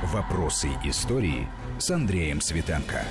Вопросы истории с Андреем Светенко.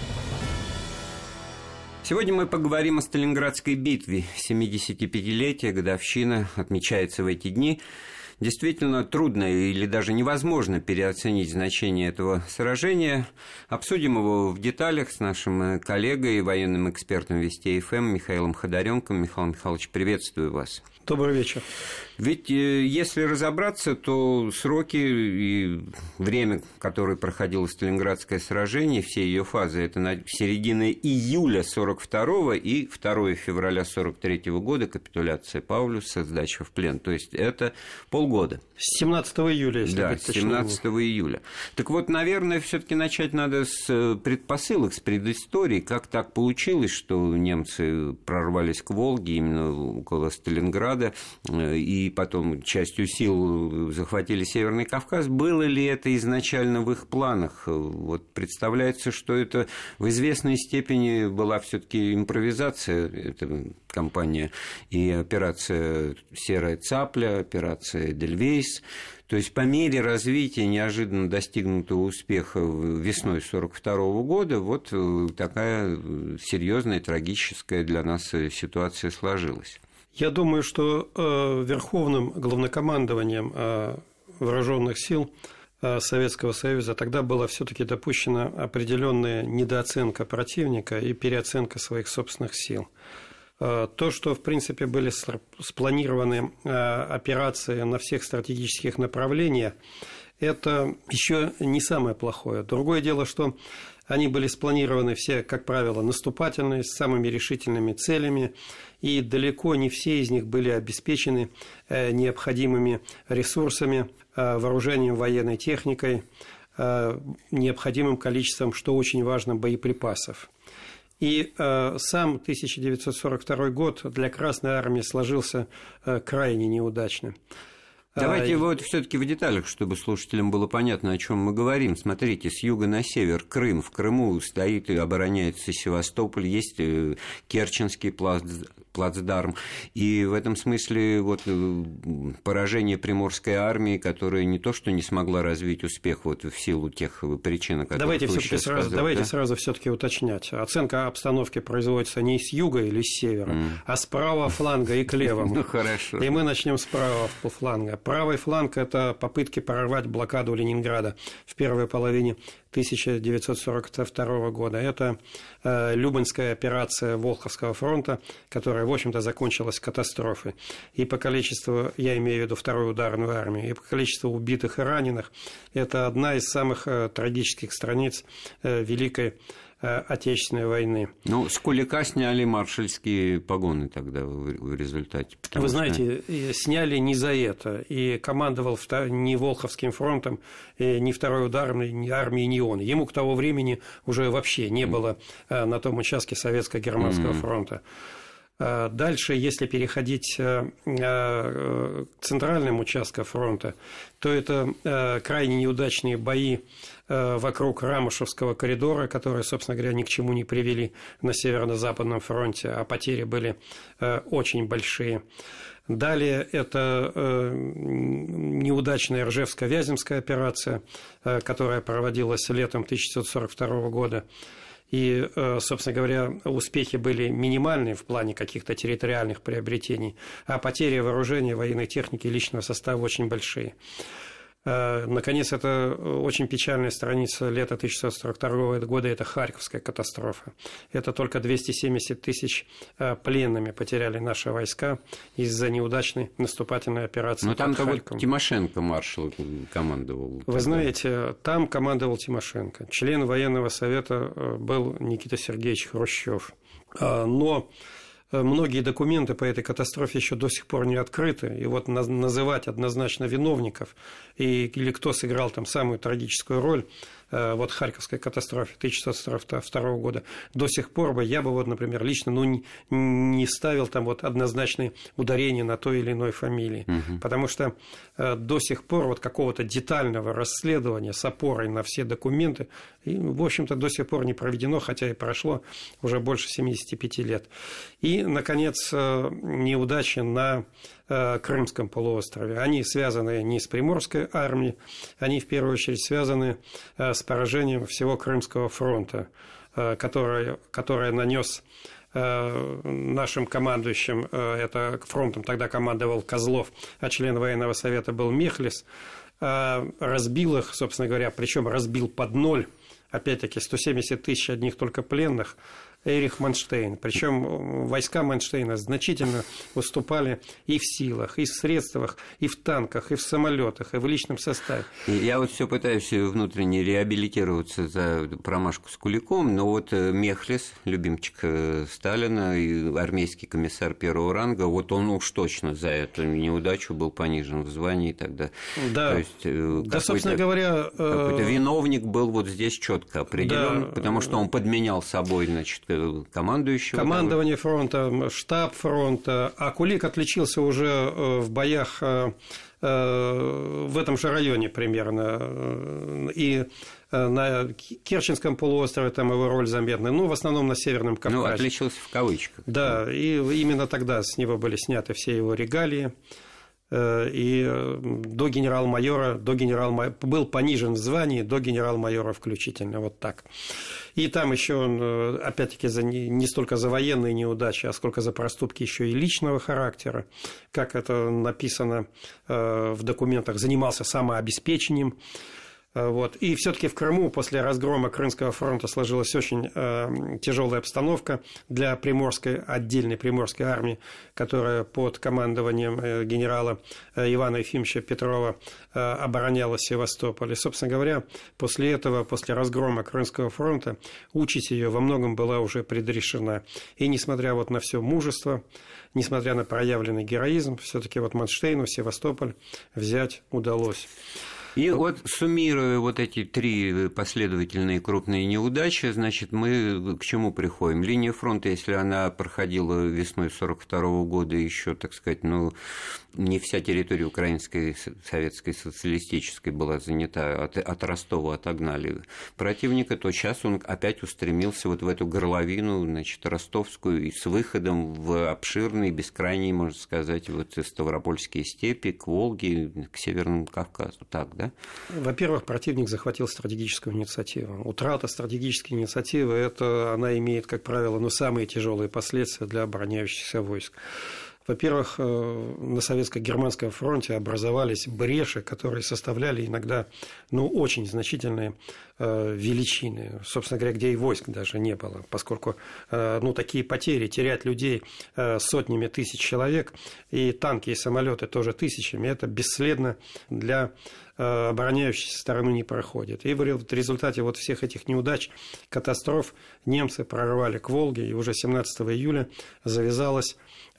Сегодня мы поговорим о Сталинградской битве. 75-летие, годовщина отмечается в эти дни. Действительно трудно или даже невозможно переоценить значение этого сражения. Обсудим его в деталях с нашим коллегой, военным экспертом Вести ФМ Михаилом Ходоренком. Михаил Михайлович, приветствую вас. Добрый вечер. Ведь если разобраться, то сроки и время, которое проходило Сталинградское сражение, все ее фазы, это середина июля 42-го и 2 февраля 43-го года, капитуляция Паулюса, сдача в плен. То есть это полгода. С 17 июля, если быть точнее. Да, с 17 июля. Так вот, наверное, все-таки начать надо с предпосылок, с предыстории. Как так получилось, что немцы прорвались к Волге, именно около Сталинграда, и потом частью сил захватили Северный Кавказ. Было ли это изначально в их планах? Вот представляется, что это в известной степени была все-таки импровизация, эта кампания, и операция «Серая цапля», операция «Эдельвейс». То есть по мере развития неожиданно достигнутого успеха весной 1942 года вот такая серьезная, трагическая для нас ситуация сложилась. Я думаю, что верховным главнокомандованием вооруженных сил Советского Союза тогда была все-таки допущена определенная недооценка противника и переоценка своих собственных сил. То, что, в принципе, были спланированы операции на всех стратегических направлениях, это еще не самое плохое. Другое дело, что они были спланированы все, как правило, наступательные, с самыми решительными целями, и далеко не все из них были обеспечены необходимыми ресурсами, вооружением, военной техникой, необходимым количеством, что очень важно, боеприпасов. И сам 1942 год для Красной Армии сложился крайне неудачно. Давайте вот все-таки в деталях, чтобы слушателям было понятно, о чем мы говорим. Смотрите, с юга на север Крым. В Крыму стоит и обороняется Севастополь, есть Керченский плацдарм. И в этом смысле вот поражение Приморской армии, которая не то что не смогла развить успех вот в силу тех причин, о которых давайте сразу все-таки уточнять. Оценка обстановки производится не с юга или с севера, а с правого фланга и к левому. Ну хорошо. И мы начнем с правого фланга. Правый фланг – это попытки прорвать блокаду Ленинграда в первой половине 1942 года. Это Люблинская операция Волховского фронта, которая, в общем-то, закончилась катастрофой. И по количеству, я имею в виду вторую ударную армию, и по количеству убитых и раненых, это одна из самых трагических страниц Великой Отечественной войны. Ну, с Кулика сняли маршальские погоны тогда в результате. Вы знаете, сняли не за это. И командовал ни Волховским фронтом, ни второй ударной ни армией, ни он. Ему к тому времени уже вообще не было на том участке Советско-Германского фронта. Дальше, если переходить к центральным участкам фронта, то это крайне неудачные бои вокруг Рамушевского коридора, которые, собственно говоря, ни к чему не привели на Северо-Западном фронте, а потери были очень большие. Далее это неудачная Ржевско-Вяземская операция, которая проводилась летом 1942 года. И, собственно говоря, успехи были минимальные в плане каких-то территориальных приобретений, а потери вооружения, военной техники и личного состава очень большие. Наконец, это очень печальная страница лета 1942 года – это Харьковская катастрофа. Это только 270 тысяч пленными потеряли наши войска из-за неудачной наступательной операции. Но там-то вот Тимошенко маршал командовал. Вы знаете, там командовал Тимошенко. Член военного совета был Никита Сергеевич Хрущев. Но многие документы по этой катастрофе еще до сих пор не открыты, и вот называть однозначно виновников или кто сыграл там самую трагическую роль вот Харьковской катастрофе 1942 года, до сих пор бы я бы, вот, например, лично не ставил там вот однозначные ударения на той или иной фамилии, потому что до сих пор вот какого-то детального расследования с опорой на все документы, в общем-то, до сих пор не проведено, хотя и прошло уже больше 75 лет. И И, наконец, неудачи на Крымском полуострове. Они связаны не с Приморской армией, они в первую очередь связаны с поражением всего Крымского фронта, которое нанес нашим командующим, это фронтом тогда командовал Козлов, а член военного совета был Мехлис, разбил их, собственно говоря, причем разбил под ноль, опять-таки 170 тысяч одних только пленных, Эрих Манштейн. Причем войска Манштейна значительно уступали и в силах, и в средствах, и в танках, и в самолетах, и в личном составе. Я вот все пытаюсь внутренне реабилитироваться за промашку с Куликом, но вот Мехлис, любимчик Сталина, и армейский комиссар первого ранга, вот он уж точно за эту неудачу был понижен в звании тогда. Да, то есть, да, собственно говоря... Какой-то виновник был вот здесь четко определен, да, потому что он подменял собой, значит, командующего. Командование фронта, штаб фронта. А Кулик отличился уже в боях в этом же районе примерно. И на Керченском полуострове там его роль заметна, ну, в основном на Северном Кавказе. Ну, отличился в кавычках. Да, и именно тогда с него были сняты все его регалии. И до генерал-майора был понижен в звании до генерал-майора включительно, вот так. И там еще он, опять-таки, не столько за военные неудачи, а сколько за проступки еще и личного характера, как это написано в документах, занимался самообеспечением. Вот. И все-таки в Крыму после разгрома Крымского фронта сложилась очень тяжелая обстановка для отдельной приморской армии, которая под командованием генерала Ивана Ефимовича Петрова обороняла Севастополь. И, собственно говоря, после этого, после разгрома Крымского фронта, участь ее во многом была уже предрешена. И несмотря вот на все мужество, несмотря на проявленный героизм, все-таки вот Манштейну Севастополь взять удалось. И вот, суммируя вот эти три последовательные крупные неудачи, значит, мы к чему приходим? Линия фронта, если она проходила весной 1942 года, еще, так сказать, ну, не вся территория украинской советской социалистической была занята, от Ростова отогнали противника, то сейчас он опять устремился вот в эту горловину, значит, ростовскую, и с выходом в обширные, бескрайние, можно сказать, вот Ставропольские степи, к Волге, к Северному Кавказу. Так, да? Во-первых, противник захватил стратегическую инициативу. Утрата стратегической инициативы, она имеет, как правило, самые тяжелые последствия для обороняющихся войск. Во-первых, на советско-германском фронте образовались бреши, которые составляли иногда очень значительные величины, собственно говоря, где и войск даже не было, поскольку такие потери, терять людей сотнями тысяч человек, и танки, и самолеты тоже тысячами, это бесследно для обороняющейся стороны не проходит. И в результате вот всех этих неудач, катастроф, немцы прорвали к Волге, и уже 17 июля завязалась,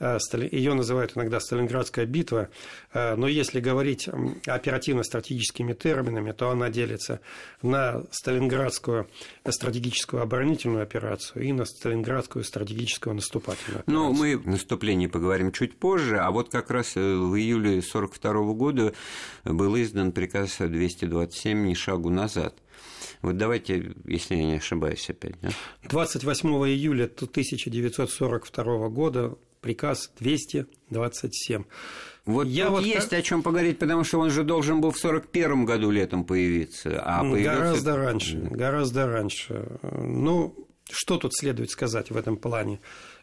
ее называют иногда Сталинградская битва, но если говорить оперативно-стратегическими терминами, то она делится на Сталинградскую стратегическую оборонительную операцию и на Сталинградскую стратегическую наступательную операцию. Ну, мы в наступлении поговорим чуть позже, а вот как раз в июле 1942 года был издан приказ 227 «Ни шагу назад». Вот давайте, если я не ошибаюсь опять, да? 28 июля 1942 года приказ 227. Вот есть о чем поговорить, потому что он же должен был в 1941 году летом появиться. А появился... Гораздо раньше. Ну, что тут следует сказать в этом плане?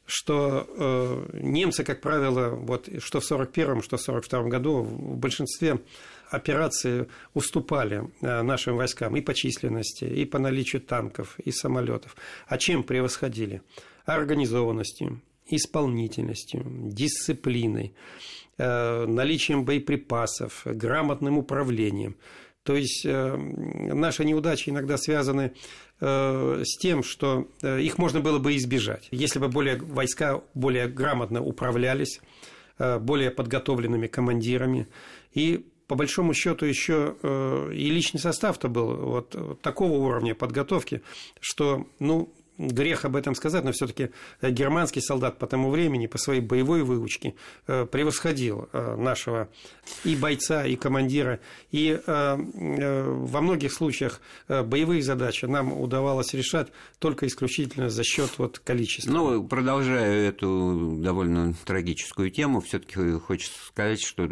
Что немцы, как правило, вот, что в 1941, что в 1942 году в большинстве операций уступали нашим войскам и по численности, и по наличию танков, и самолетов. А чем превосходили? Организованностью, исполнительностью, дисциплиной, наличием боеприпасов, грамотным управлением. То есть наши неудачи иногда связаны с тем, что их можно было бы избежать, если бы войска более грамотно управлялись, более подготовленными командирами. И по большому счету еще и личный состав-то был вот такого уровня подготовки, что грех об этом сказать, но все-таки германский солдат по тому времени, по своей боевой выучке превосходил нашего и бойца, и командира. И во многих случаях боевые задачи нам удавалось решать только исключительно за счет количества. Ну, продолжая эту довольно трагическую тему, все-таки хочется сказать, что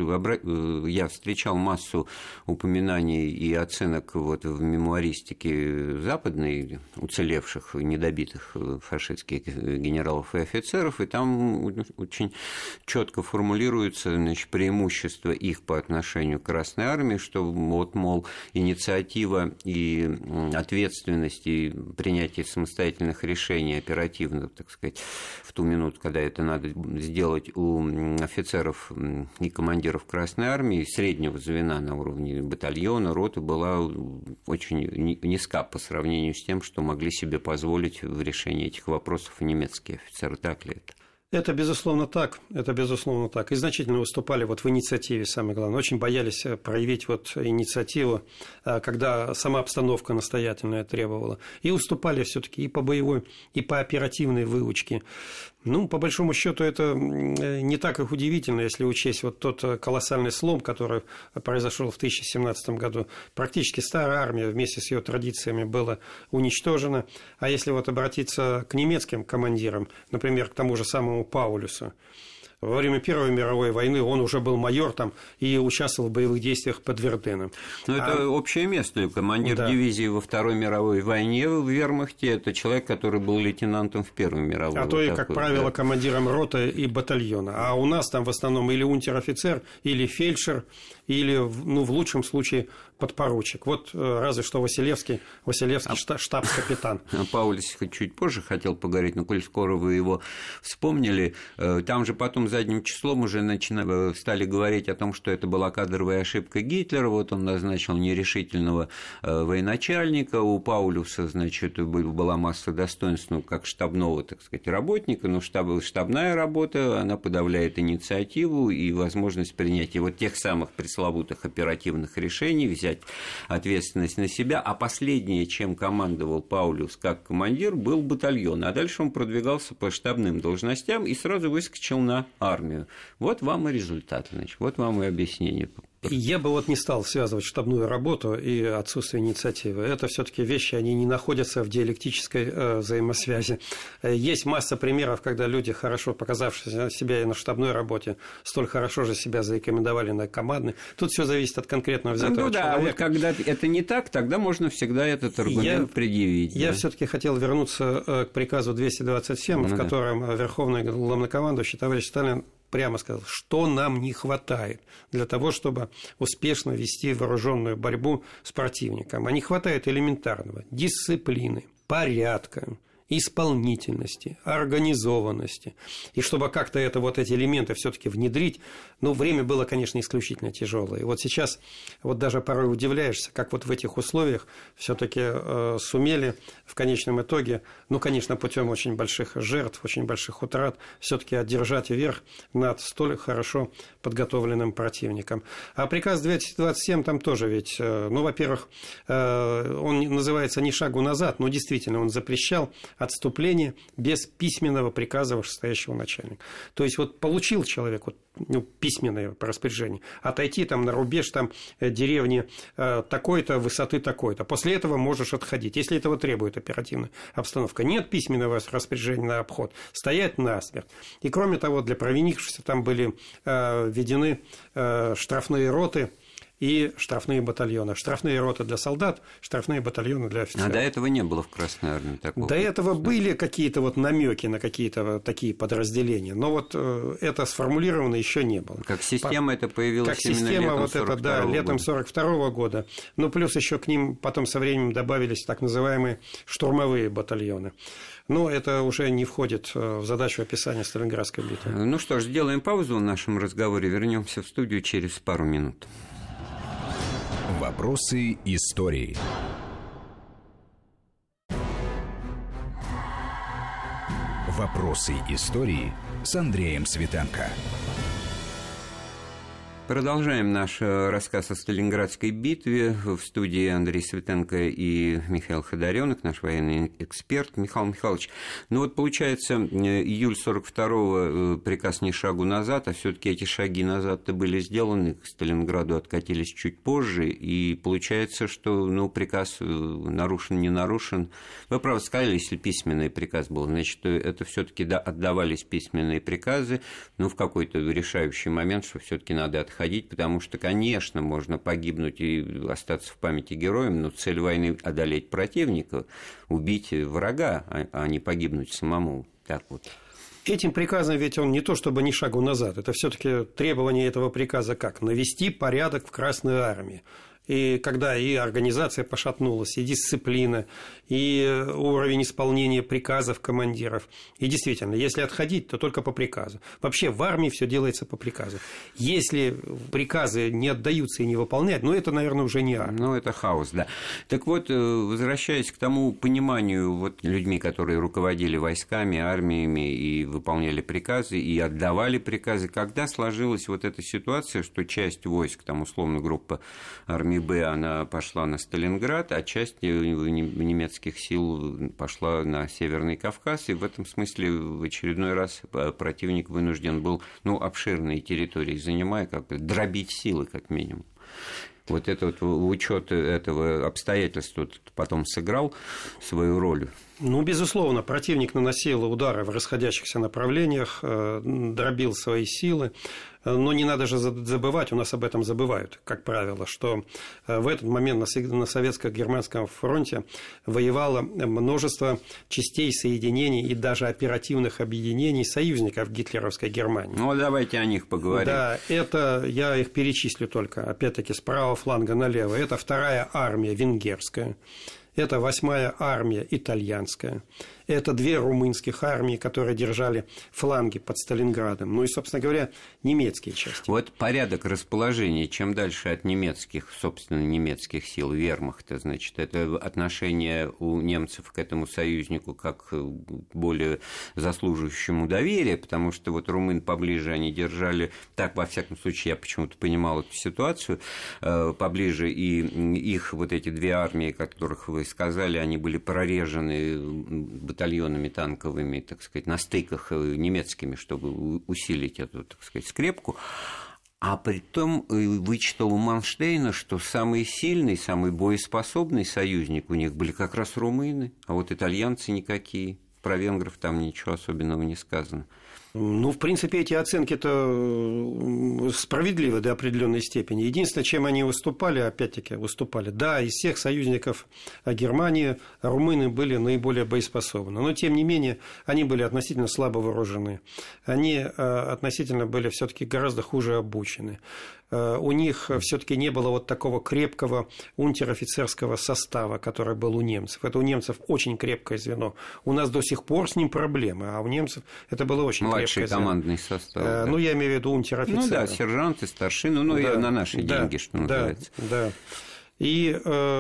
я встречал массу упоминаний и оценок в мемуаристике западной, уцелевших, недобитых фашистских генералов и офицеров, и там очень четко формулируется, значит, преимущество их по отношению к Красной Армии, что мол, инициатива и ответственность и принятие самостоятельных решений оперативно, так сказать, в ту минуту, когда это надо сделать, у офицеров и командиров Красной Армии среднего звена на уровне батальона, роты была очень низка по сравнению с тем, что могли себе позволить в решении этих вопросов немецкие офицеры. Так ли это? Это безусловно так, И значительно выступали в инициативе, самое главное. Очень боялись проявить инициативу, когда сама обстановка настоятельная требовала. И уступали все-таки и по боевой, и по оперативной выучке. Ну, по большому счету, это не так их удивительно, если учесть тот колоссальный слом, который произошел в 1017 году. Практически старая армия вместе с ее традициями была уничтожена. А если обратиться к немецким командирам, например, к тому же самому Паулюсу, во время Первой мировой войны он уже был майор и участвовал в боевых действиях под Верденом. Но это общее место. Командир дивизии во Второй мировой войне в вермахте – это человек, который был лейтенантом в Первой мировой. А то и, как правило, командиром роты и батальона. А у нас там в основном или унтер-офицер, или фельдшер, или, в лучшем случае, подпоручик. Разве что Василевский штабс-капитан. О Паулюсе чуть позже хотел поговорить, но коль скоро вы его вспомнили, там же потом задним числом уже стали говорить о том, что это была кадровая ошибка Гитлера, он назначил нерешительного военачальника, у Паулюса, значит, была масса достоинств, как штабного, так сказать, работника, но штабная работа, она подавляет инициативу и возможность принятия тех самых пресловутых оперативных решений, взять ответственность на себя, а последнее, чем командовал Паулюс как командир, был батальон, а дальше он продвигался по штабным должностям и сразу выскочил на армию. Вот вам и результат, вот вам и объяснение. Я бы не стал связывать штабную работу и отсутствие инициативы. Это все-таки вещи, они не находятся в диалектической взаимосвязи. Есть масса примеров, когда люди, хорошо показавшие себя и на штабной работе, столь хорошо же себя зарекомендовали на командной. Тут все зависит от конкретного взятого человека. Когда это не так, тогда можно всегда этот аргумент предъявить. Я все-таки хотел вернуться к приказу 227, в котором Верховный Главнокомандующий товарищ Сталин прямо сказал, что нам не хватает для того, чтобы успешно вести вооруженную борьбу с противником. А не хватает элементарного дисциплины, порядка, исполнительности, организованности. И чтобы как-то эти элементы все-таки внедрить, время было, конечно, исключительно тяжелое. И сейчас даже порой удивляешься, как в этих условиях все-таки сумели в конечном итоге, конечно, путем очень больших жертв, очень больших утрат, все-таки одержать верх над столь хорошо подготовленным противником. А приказ 227 там тоже ведь, во-первых, он называется «Ни шагу назад», но действительно он запрещал отступление без письменного приказа вышестоящего начальника. То есть получил человек письменное распоряжение отойти на рубеж деревни такой-то, высоты такой-то. После этого можешь отходить, если этого требует оперативная обстановка. Нет письменного распоряжения на обход, стоять насмерть. И кроме того, для провинившихся там были введены штрафные роты и штрафные батальоны. Штрафные роты для солдат, штрафные батальоны для офицеров. А до этого не было в Красной Армии такого? До этого были какие-то намеки на какие-то такие подразделения, но это сформулировано еще не было. Как система это появилась как именно система летом 1942 года. Плюс еще к ним потом со временем добавились так называемые штурмовые батальоны. Но это уже не входит в задачу описания Сталинградской битвы. Ну что ж, сделаем паузу в нашем разговоре, вернемся в студию через пару минут. Вопросы истории. Вопросы истории с Андреем Светенко. Продолжаем наш рассказ о Сталинградской битве. В студии Андрей Светенко и Михаил Ходоренок, наш военный эксперт. Михаил Михайлович, ну вот получается, июль 42-го приказ ни шагу назад, а все-таки эти шаги назад-то были сделаны, к Сталинграду откатились чуть позже, и получается, что приказ нарушен, не нарушен. Вы правы сказали, если письменный приказ был, значит, это все-таки отдавались письменные приказы, в какой-то решающий момент, что все-таки надо отходить, потому что, конечно, можно погибнуть и остаться в памяти героем, но цель войны – одолеть противника, убить врага, а не погибнуть самому. Так вот. Этим приказом ведь он не то чтобы ни шагу назад, это все-таки требование этого приказа как? Навести порядок в Красной армии. И когда и организация пошатнулась, и дисциплина, и уровень исполнения приказов командиров. И действительно, если отходить, то только по приказу. Вообще в армии все делается по приказу. Если приказы не отдаются и не выполняют, это, наверное, уже не армия. Это хаос, да. Так вот, возвращаясь к тому пониманию людьми, которые руководили войсками, армиями и выполняли приказы, и отдавали приказы, когда сложилась вот эта ситуация, что часть войск, там условно группа армии Б, она пошла на Сталинград, а часть немецких сил пошла на Северный Кавказ, и в этом смысле в очередной раз противник вынужден был, обширные территории занимая, дробить силы, как минимум. Вот это учет этого обстоятельства потом сыграл свою роль. Безусловно, противник наносил удары в расходящихся направлениях, дробил свои силы. Но не надо же забывать, у нас об этом забывают, как правило, что в этот момент на советско-германском фронте воевало множество частей, соединений и даже оперативных объединений союзников гитлеровской Германии. Давайте о них поговорим. Да, это я их перечислю только, опять-таки, с правого фланга налево. Это 2-я армия венгерская. Это 8-я армия итальянская. Это 2 румынских армии, которые держали фланги под Сталинградом. И, собственно говоря, немецкие части. Вот порядок расположения, чем дальше от немецких, собственно, немецких сил вермахта, значит, это отношение у немцев к этому союзнику как к более заслуживающему доверия, потому что румын поближе они держали, так, во всяком случае, я почему-то понимал эту ситуацию, поближе, и их эти 2 армии, которых вы сказали, они были прорежены батальонами танковыми, так сказать, на стыках немецкими, чтобы усилить эту, так сказать, скрепку. А притом вычитал у Манштейна, что самый сильный, самый боеспособный союзник у них были как раз румыны, а итальянцы никакие. Про венгров там ничего особенного не сказано. В принципе, эти оценки-то справедливы до определенной степени. Единственное, чем они выступали, да, из всех союзников Германии румыны были наиболее боеспособны. Но, тем не менее, они были относительно слабо вооружены. Они относительно были все-таки гораздо хуже обучены. У них все-таки не было такого крепкого унтер-офицерского состава, который был у немцев. Это у немцев очень крепкое звено. У нас до сих пор с ним проблемы, а у немцев это было очень крепкое звено. Младший командный состав. Да. Я имею в виду унтер-офицеры. Сержанты, старшины, и на наши деньги, что называется. Да. И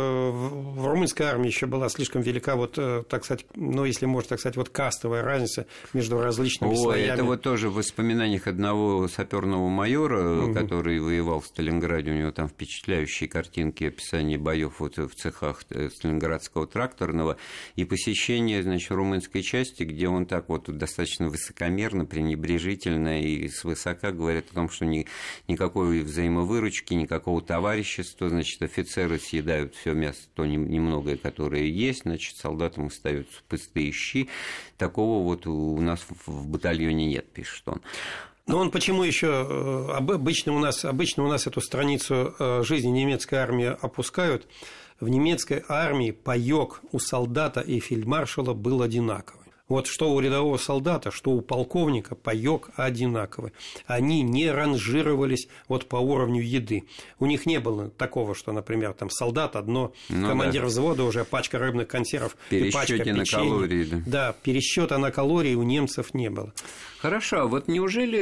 в румынской армии еще была слишком велика, так сказать, если можно так сказать, кастовая разница между различными слоями. Это тоже в воспоминаниях одного саперного майора, который воевал в Сталинграде, у него там впечатляющие картинки описания боев в цехах Сталинградского тракторного и посещение, румынской части, где он так достаточно высокомерно, пренебрежительно и свысока говорит о том, что никакой взаимовыручки, никакого товарищества, офицеры съедают все мясо, то немногое, которое есть, солдатам остаются пустые щи. Такого у нас в батальоне нет, пишет он. Но он почему еще обычно у нас эту страницу жизни немецкой армии опускают? В немецкой армии паёк у солдата и фельдмаршала был одинаковый. Что у рядового солдата, что у полковника паёк одинаковый. Они не ранжировались по уровню еды. У них не было такого, что, например, солдат одно, командир взвода уже пачка рыбных консервов и пачка печенья. На калории. Да, пересчета на калории у немцев не было. Хорошо, неужели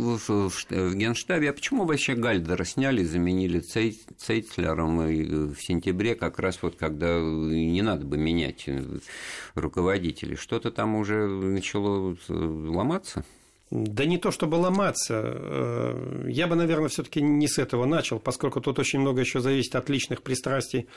в Генштабе, а почему вообще Гальдера сняли, заменили Цейтлером в сентябре, как раз когда не надо бы менять руководителей? Что-то там уже начало ломаться? Да не то чтобы ломаться. Я бы, наверное, все-таки не с этого начал, поскольку тут очень много еще зависит от личных пристрастий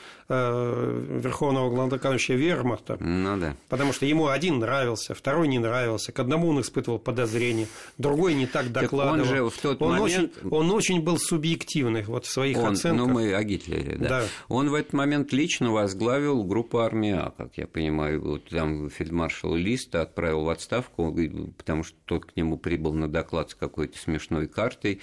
верховного главнокомандующего вермахта. Ну, да. Потому что ему один нравился, второй не нравился, к одному он испытывал подозрения, другой не так докладывал. Так он же в тот момент... он очень был субъективный вот в своих оценках. Ну, мы о Гитлере, да. Да. Он в этот момент лично возглавил группу армии А, как я понимаю. Вот там фельдмаршал Лист отправил в отставку, потому что тот к нему прибыл на доклад с какой-то смешной картой,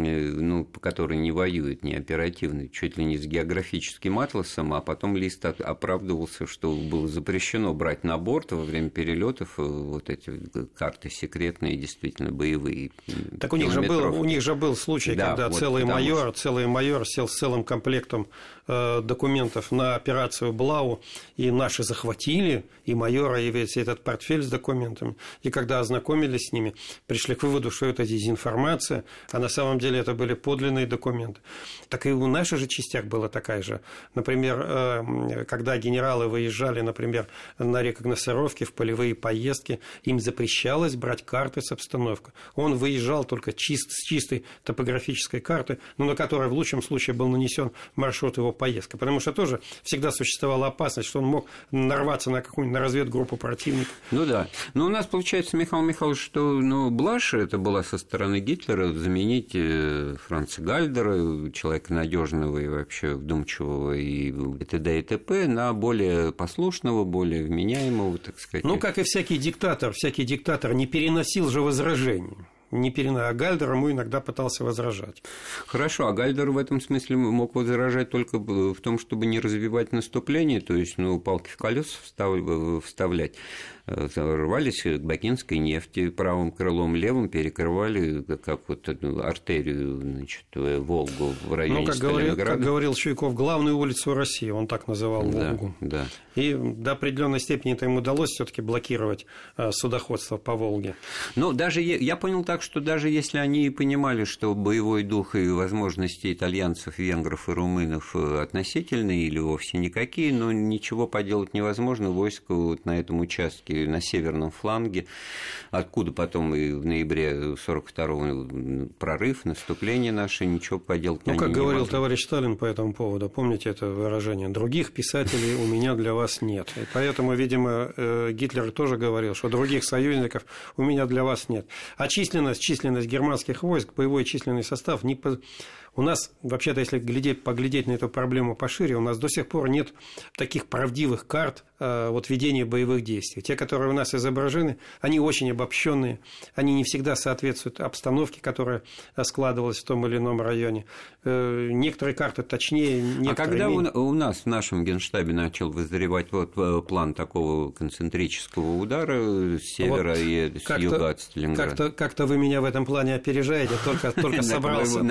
ну, по которой не воюет, не оперативно, чуть ли не с географическим атласом, а потом Лист оправдывался, что было запрещено брать на борт во время перелетов вот эти карты секретные, действительно боевые. Так у них же был случай, да, когда вот целый майор сел с целым комплектом документов на операцию Блау, и наши захватили и майора, и весь этот портфель с документами. И когда ознакомились с ними, пришли к выводу, что это дезинформация, а на самом деле это были подлинные документы. Так и в наших же частях была такая же. Например, когда генералы выезжали, например, на рекогносцировки, в полевые поездки, им запрещалось брать карты с обстановкой. Он выезжал только с чистой топографической карты, но на которой в лучшем случае был нанесен маршрут его поездки. Потому что тоже всегда существовала опасность, что он мог нарваться на какую-нибудь разведгруппу противника. Ну да. Но у нас получается, Михаил Михайлович, что блажь это была со стороны Гитлера заменить Франца Гальдера, человека надежного и вообще вдумчивого и т.д. и т.п. на более послушного, более вменяемого, так сказать. Ну, как и всякий диктатор не переносил же возражений. А Гальдер ему иногда пытался возражать. Хорошо, а Гальдер в этом смысле мог возражать только в том, чтобы не развивать наступление, то есть, палки в колеса вставлять. Рвались к бакинской нефти правым крылом, левым перекрывали как вот артерию, значит, Волгу в районе Сталинграда. Как говорил Чуйков, главную улицу России, он так называл Волгу. Да. И до определенной степени это им удалось все-таки блокировать судоходство по Волге. Но даже я понял так, что даже если они понимали, что боевой дух и возможности итальянцев, венгров и румынов относительные или вовсе никакие, но ничего поделать невозможно, войско вот на этом участке на северном фланге, откуда потом и в ноябре 42-го прорыв, наступление наше, ничего поделать не как могли. говорил товарищ Сталин по этому поводу, помните это выражение? Других писателей у меня для вас нет. И поэтому, видимо, Гитлер тоже говорил, что других союзников у меня для вас нет. А численность германских войск, боевой численный состав у нас, вообще-то, если поглядеть на эту проблему пошире, у нас до сих пор нет таких правдивых карт ведения боевых действий. Те, которые у нас изображены, они очень обобщенные, они не всегда соответствуют обстановке, которая складывалась в том или ином районе. Некоторые карты точнее, некоторые... А когда у нас в нашем Генштабе начал вызревать план такого концентрического удара с севера и с юга от Сталинграда? Как-то вы меня в этом плане опережаете, только собрался...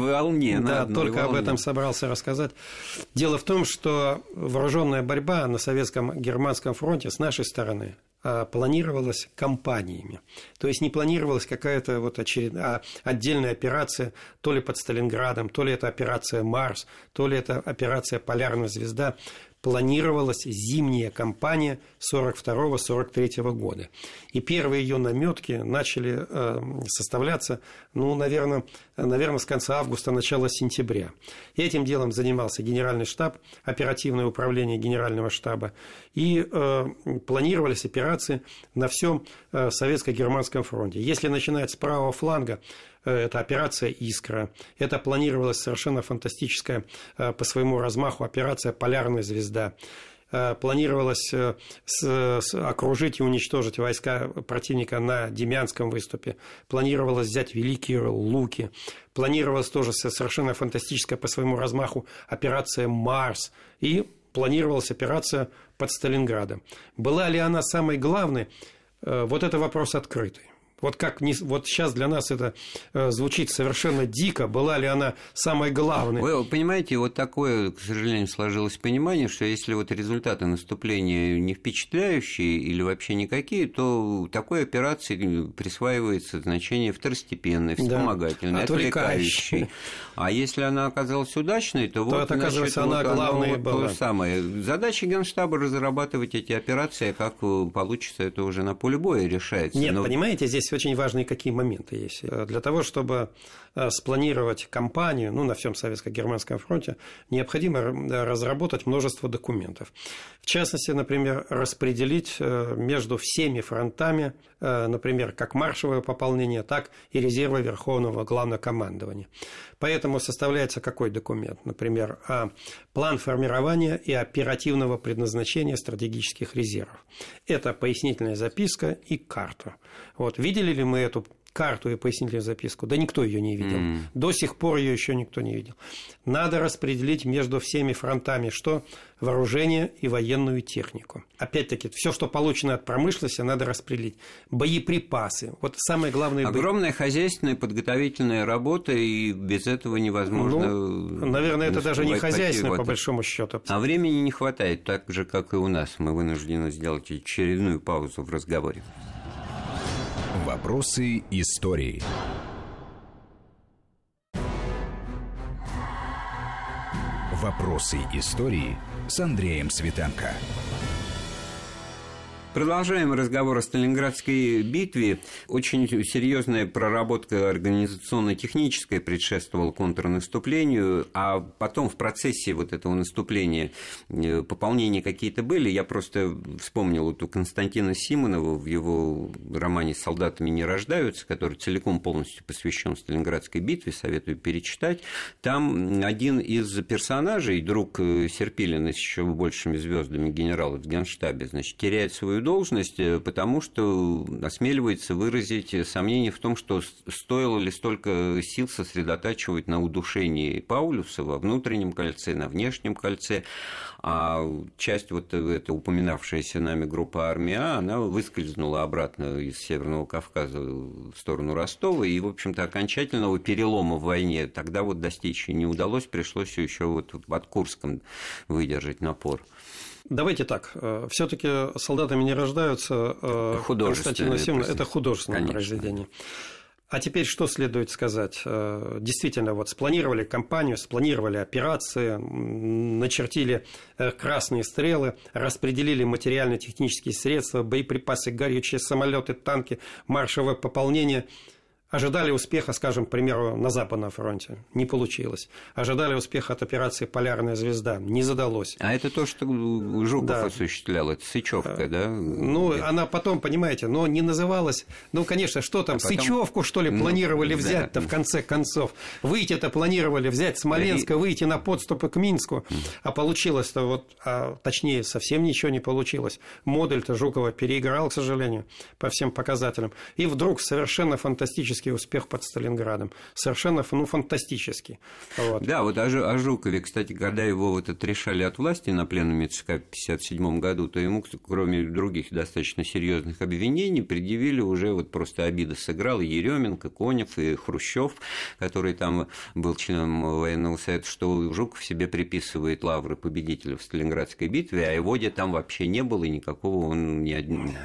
Только об этом собрался рассказать. Дело в том, что вооруженная борьба на советско-германском фронте с нашей стороны планировалась кампаниями. То есть не планировалась какая-то отдельная операция, то ли под Сталинградом, то ли это операция «Марс», то ли это операция «Полярная звезда». Планировалась зимняя кампания 1942-1943 года. И первые ее наметки начали составляться, наверное, с конца августа, начала сентября. И этим делом занимался Генеральный штаб, оперативное управление Генерального штаба. И планировались операции на всем советско-германском фронте. Если начинать с правого фланга, это операция «Искра». Это планировалась совершенно фантастическая по своему размаху операция «Полярная звезда». Планировалось окружить и уничтожить войска противника на Демянском выступе. Планировалось взять Великие Луки. Планировалась тоже совершенно фантастическая по своему размаху операция «Марс». И планировалась операция под Сталинградом. Была ли она самой главной? Вот это вопрос открытый. Вот сейчас для нас это звучит совершенно дико. Была ли она самой главной? Вы понимаете, вот такое, к сожалению, сложилось понимание, что если результаты наступления не впечатляющие или вообще никакие, то такой операции присваивается значение второстепенной, вспомогательной, отвлекающей. А если она оказалась удачной, то это, оказывается, она главная была. Задача Генштаба разрабатывать эти операции, как получится, это уже на поле боя решается. Нет, понимаете, здесь здесь очень важные какие моменты есть. Для того, чтобы спланировать кампанию, на всем Советско-Германском фронте, необходимо разработать множество документов. В частности, например, распределить между всеми фронтами, например, как маршевое пополнение, так и резервы Верховного Главнокомандования. Поэтому составляется какой документ? Например, план формирования и оперативного предназначения стратегических резервов. Это пояснительная записка и карта. Видели ли мы эту карту и пояснительную записку? Да никто ее не видел. До сих пор ее еще никто не видел. Надо распределить между всеми фронтами что? Вооружение и военную технику. Опять-таки, все, что получено от промышленности, надо распределить. Боеприпасы. Самое главное. Огромная хозяйственная подготовительная работа, и без этого невозможно. Наверное, это даже не хозяйственная, по большому счету. А времени не хватает, так же, как и у нас. Мы вынуждены сделать очередную паузу в разговоре. Вопросы истории. Вопросы истории с Андреем Светенко. Продолжаем разговор о Сталинградской битве. Очень серьезная проработка организационно-техническая предшествовала контрнаступлению, а потом в процессе этого наступления пополнения какие-то были. Я просто вспомнил у Константина Симонова в его романе «Солдатами не рождаются», который целиком полностью посвящен Сталинградской битве, советую перечитать. Там один из персонажей, друг Серпилина с еще большими звездами генерала в Генштабе, теряет свою должность, потому что осмеливается выразить сомнение в том, что стоило ли столько сил сосредотачивать на удушении Паулюса во внутреннем кольце, на внешнем кольце, а часть эта упоминавшаяся нами группа армии А, она выскользнула обратно из Северного Кавказа в сторону Ростова, и, в общем-то, окончательного перелома в войне тогда достичь не удалось, пришлось еще под Курском выдержать напор. Давайте так. Все-таки «Солдатами не рождаются» Константина Симонова – это художественное произведение. А теперь что следует сказать? Действительно, спланировали кампанию, спланировали операции, начертили красные стрелы, распределили материально-технические средства, боеприпасы, горючие, самолеты, танки, маршевое пополнение. Ожидали успеха, скажем, к примеру, на Западном фронте. Не получилось. Ожидали успеха от операции «Полярная звезда». Не задалось. А это то, что Жуков осуществлял, это Сычевка, да? Она потом, понимаете, но не называлась... конечно, что там, потом... Сычевку, что ли, планировали взять-то в конце концов? Выйти-то планировали взять Смоленска, выйти на подступы к Минску. А получилось-то точнее, совсем ничего не получилось. Модуль-то Жукова переиграл, к сожалению, по всем показателям. И вдруг совершенно фантастический успех под Сталинградом. Совершенно фантастический. Да, о Жукове, кстати, когда его отрешали от власти на пленуме ЦК в 1957 году, то ему, кроме других достаточно серьезных обвинений, предъявили уже просто обида сыграл и Еременко, Конев, и Хрущев, который там был членом военного совета, что Жуков себе приписывает лавры победителя в Сталинградской битве, а его там вообще не было, и никакого он ни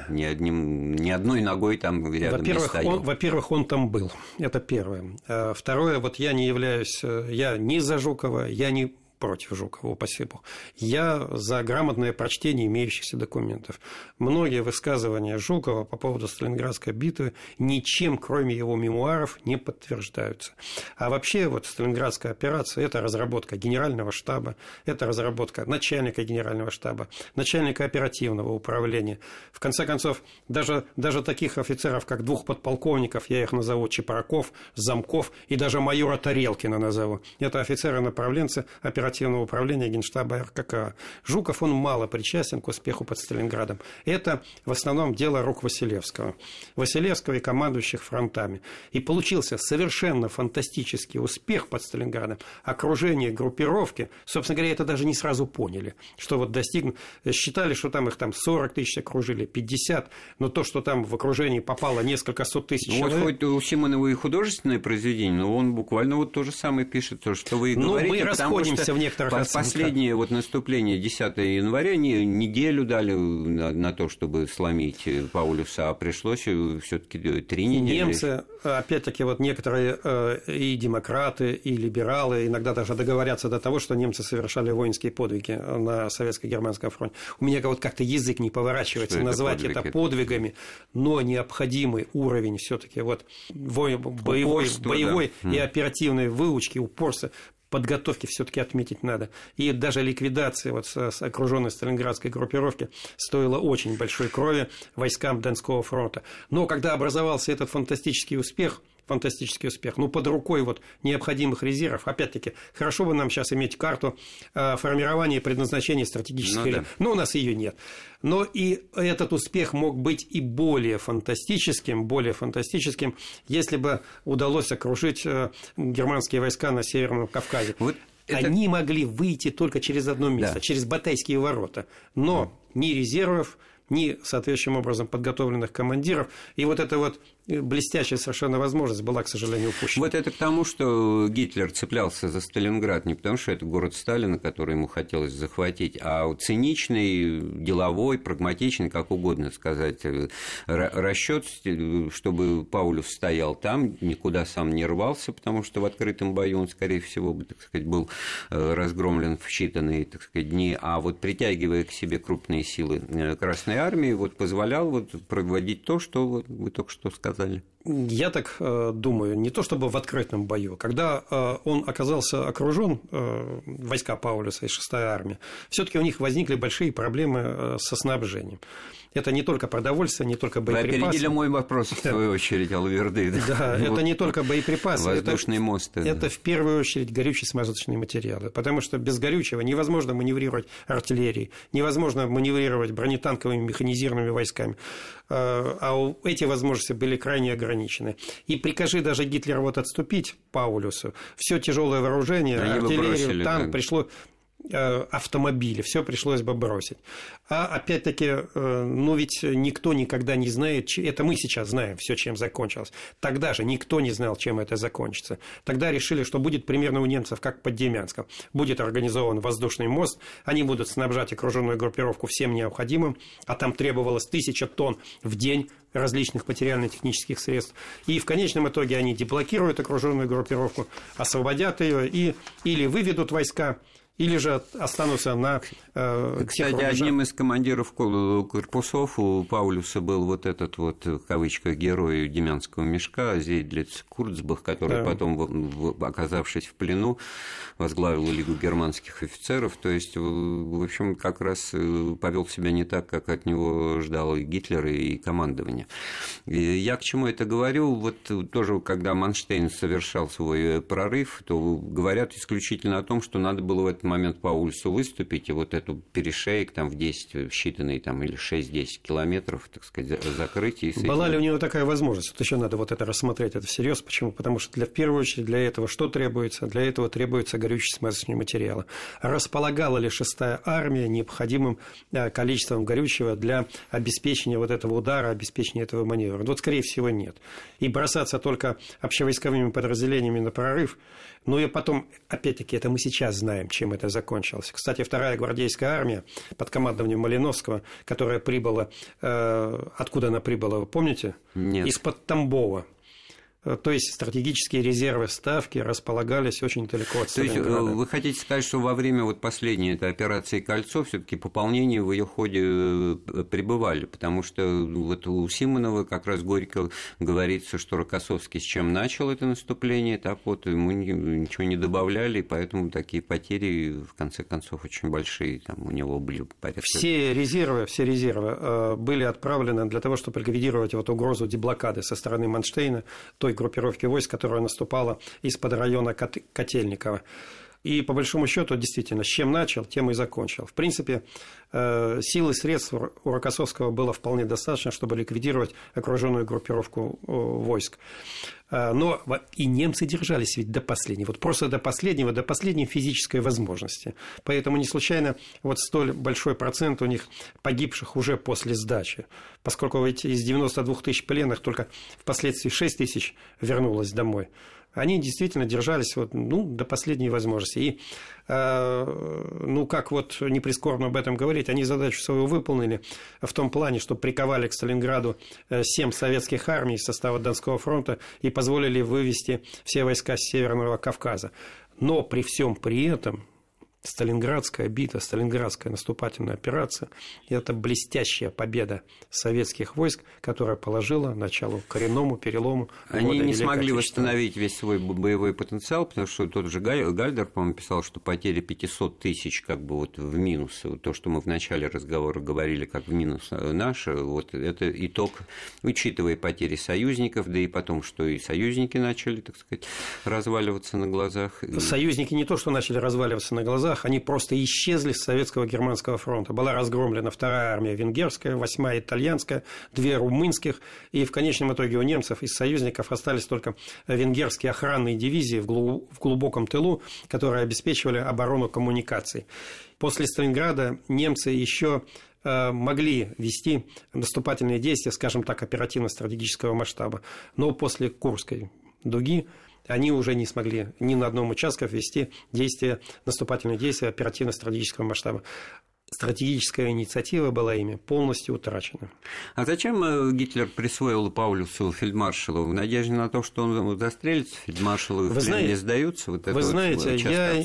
одной ногой там рядом не стоял. Во-первых, он там был. Это первое. Второе, я не являюсь, я ни за Жукова, я не против Жукова, упаси бог. Я за грамотное прочтение имеющихся документов. Многие высказывания Жукова по поводу Сталинградской битвы ничем, кроме его мемуаров, не подтверждаются. А вообще Сталинградская операция – это разработка генерального штаба, это разработка начальника генерального штаба, начальника оперативного управления. В конце концов, даже таких офицеров, как 2 подполковников, я их назову Чепраков, Замков и даже майора Тарелкина назову. Это офицеры-направленцы оперативного управления Генштаба РККА. Жуков, он мало причастен к успеху под Сталинградом. Это в основном дело рук Василевского и командующих фронтами. И получился совершенно фантастический успех под Сталинградом. Окружение группировки, собственно говоря, это даже не сразу поняли, что достигнут. Считали, что там их 40 тысяч окружили, 50, но то, что там в окружении попало несколько сот тысяч человек. Хоть у Симонова и художественное произведение, но он буквально то же самое пишет, то, что вы и говорите. Мы расходимся в некоторых оценках. Последнее вот наступление 10 января неделю дали на то, чтобы сломить Паулюса, а пришлось все-таки 3 недели. Немцы, опять-таки, вот некоторые и демократы, и либералы иногда даже договорятся до того, что немцы совершали воинские подвиги на советско-германском фронте. У меня вот как-то язык не поворачивается назвать это подвигами, но необходимый уровень все-таки вот боевой и оперативной выучки, упорства, подготовки все-таки отметить надо. И даже ликвидация вот с окруженной сталинградской группировки стоила очень большой крови войскам Донского фронта. Но когда образовался этот фантастический успех, ну, под рукой вот необходимых резервов. Опять-таки, хорошо бы нам сейчас иметь карту формирования и предназначения стратегической. Но у нас ее нет. Но и этот успех мог быть и более фантастическим, если бы удалось окружить германские войска на Северном Кавказе. Они могли выйти только через одно место, через Батайские ворота. Но ни резервов, ни соответствующим образом подготовленных командиров. И вот эта вот блестящая совершенно возможность была, к сожалению, упущена. Вот это к тому, что Гитлер цеплялся за Сталинград не потому, что это город Сталина, который ему хотелось захватить, а циничный, деловой, прагматичный, как угодно сказать, расчет, чтобы Паулюс стоял там, никуда сам не рвался, потому что в открытом бою он, скорее всего, так сказать, был разгромлен в считанные, так сказать, дни, а вот притягивая к себе крупные силы Красной Армии, вот позволял вот проводить то, что вы только что сказали. Я так думаю, не то чтобы в открытом бою. Когда он оказался окружен, войска Паулюса и 6-я армия, все-таки у них возникли большие проблемы со снабжением. Это не только продовольствие, не только боеприпасы. Вы опередили мой вопрос, в свою очередь, Алверды. Да, это не только боеприпасы. Воздушные мосты. Это в первую очередь горючие смазочные материалы. Потому что без горючего невозможно маневрировать артиллерией, невозможно маневрировать бронетанковыми механизированными войсками. А эти возможности были крайне ограничены. И прикажи даже Гитлер вот отступить Паулюсу, все тяжелое вооружение, артиллерию, танк пришло... автомобили, все пришлось бы бросить. А опять-таки, ну ведь никто никогда не знает, это мы сейчас знаем все, чем закончилось. Тогда же никто не знал, чем это закончится. Тогда решили, что будет примерно у немцев, как под Демянском. Будет организован воздушный мост, они будут снабжать окруженную группировку всем необходимым, а там требовалось 1000 тонн в день различных материально-технических средств. И в конечном итоге они деблокируют окруженную группировку, освободят ее и или выведут войска, или же останутся на Кстати, одним из командиров корпусов у Паулюса был вот этот вот, в кавычках, герой Демянского мешка, Зейдлиц Курцбах, который потом, оказавшись в плену, возглавил Лигу германских офицеров. То есть, в общем, как раз повел себя не так, как от него ждал и Гитлер, и командование. И я к чему это говорю? Вот тоже, когда Манштейн совершал свой прорыв, то говорят исключительно о том, что надо было в этот момент Паулюсу выступить, и вот эту перешеек там в 10, считанные там или 6-10 километров, так сказать, закрыть. И была ли у него такая возможность? Вот еще надо вот это рассмотреть, это всерьез. Почему? Потому что в первую очередь для этого что требуется? Для этого требуются горючие смазочные материалы. Располагала ли 6-я армия необходимым количеством горючего для обеспечения вот этого удара, обеспечения этого маневра? Вот, скорее всего, нет. И бросаться только общевойсковыми подразделениями на прорыв. Ну и потом, опять-таки, это мы сейчас знаем, чем это закончилось. Кстати, 2-я гвардейская армия под командованием Малиновского, которая прибыла... Откуда она прибыла, вы помните? Нет. Из-под Тамбова. То есть стратегические резервы Ставки располагались очень далеко от Сталинграда. То есть вы хотите сказать, что во время вот последней этой операции «Кольцо» все-таки пополнения в ее ходе прибывали, потому что вот у Симонова как раз горько говорится, что Рокоссовский с чем начал это наступление, так вот ему ничего не добавляли, и поэтому такие потери в конце концов очень большие там у него были порядка. Все резервы были отправлены для того, чтобы ликвидировать вот угрозу деблокады со стороны Манштейна, той группировки войск, которая наступала из-под района Котельниково. И, по большому счету, действительно, с чем начал, тем и закончил. В принципе, сил и средств у Рокоссовского было вполне достаточно, чтобы ликвидировать окруженную группировку войск. Но и немцы держались ведь до последнего, вот просто до последней физической возможности. Поэтому не случайно вот столь большой процент у них погибших уже после сдачи, поскольку ведь из 92 тысяч пленных только впоследствии 6 тысяч вернулось домой. Они действительно держались до последней возможности. И как вот не прискорбно об этом говорить, они задачу свою выполнили в том плане, что приковали к Сталинграду 7 советских армий из состава Донского фронта и позволили вывести все войска с Северного Кавказа. Но при всем при этом Сталинградская битва, Сталинградская наступательная операция – это блестящая победа советских войск, которая положила начало коренному перелому. Они не смогли восстановить весь свой боевой потенциал, потому что тот же Гальдер, по-моему, писал, что потери 500 тысяч как бы вот в минус. То, что мы в начале разговора говорили как в минус наше, вот это итог, учитывая потери союзников, да и потом, что и союзники начали, так сказать, разваливаться на глазах. Союзники не то, что начали разваливаться на глазах, они просто исчезли с Советского Германского фронта. Была разгромлена 2-я армия венгерская, 8-я итальянская, 2 румынских, и в конечном итоге у немцев из союзников остались только венгерские охранные дивизии в глубоком тылу, которые обеспечивали оборону коммуникаций. После Сталинграда немцы еще могли вести наступательные действия, скажем так, оперативно-стратегического масштаба, но после Курской дуги они уже не смогли ни на одном участке вести наступательные действия оперативно-стратегического масштаба. Стратегическая инициатива была ими полностью утрачена. А зачем Гитлер присвоил Паулюсу фельдмаршалу? В надежде на то, что он застрелится, фельдмаршалу в плен не сдаются? Вы знаете,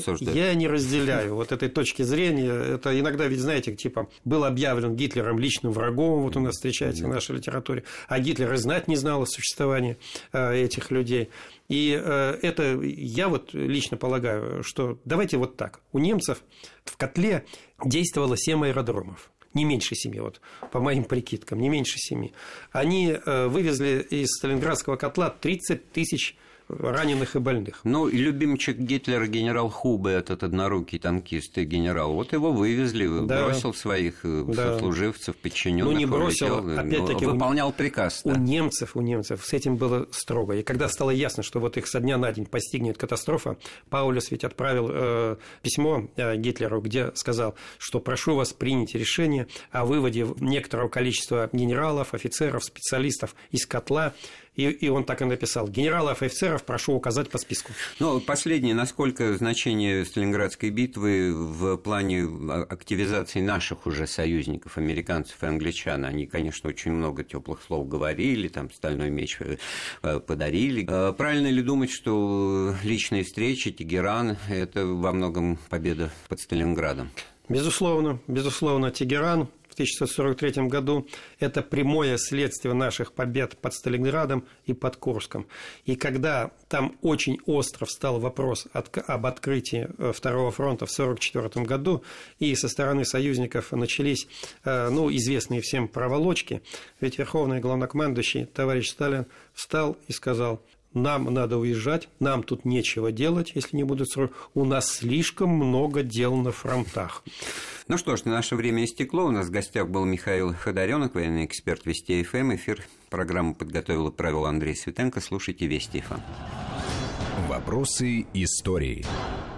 я не разделяю вот этой точки зрения. Это иногда, ведь знаете, типа был объявлен Гитлером личным врагом, вот у нас встречается в нашей литературе, а Гитлер и знать не знал о существовании этих людей. И это я вот лично полагаю, что давайте вот так. У немцев в котле действовало 7 аэродромов. Не меньше 7, вот, по моим прикидкам, не меньше 7. Они вывезли из Сталинградского котла 30 тысяч раненых и больных. Ну, и любимчик Гитлера генерал Хубе, этот однорукий танкист и генерал, вот его вывезли, бросил своих сослуживцев, подчиненных. Ну, не бросил, опять-таки, выполнял приказ. У немцев с этим было строго. И когда стало ясно, что вот их со дня на день постигнет катастрофа, Паулюс ведь отправил письмо Гитлеру, где сказал, что прошу вас принять решение о выводе некоторого количества генералов, офицеров, специалистов из котла. И он так и написал: генералов и офицеров прошу указать по списку. Ну, последнее, насколько значение Сталинградской битвы в плане активизации наших уже союзников, американцев и англичан. Они, конечно, очень много теплых слов говорили, там стальной меч подарили. Правильно ли думать, что личные встречи, Тегеран – это во многом победа под Сталинградом? Безусловно, Тегеран в 1943 году – это прямое следствие наших побед под Сталинградом и под Курском. И когда там очень остро встал вопрос об открытии Второго фронта в 1944 году, и со стороны союзников начались известные всем проволочки, ведь верховный главнокомандующий товарищ Сталин встал и сказал: нам надо уезжать, нам тут нечего делать, если не будут сроки, у нас слишком много дел на фронтах. Ну что ж, наше время истекло. У нас в гостях был Михаил Ходоренок, военный эксперт Вести ФМ. Эфир программы подготовил и провел Андрей Светенко. Слушайте Вести ФМ. Вопросы истории.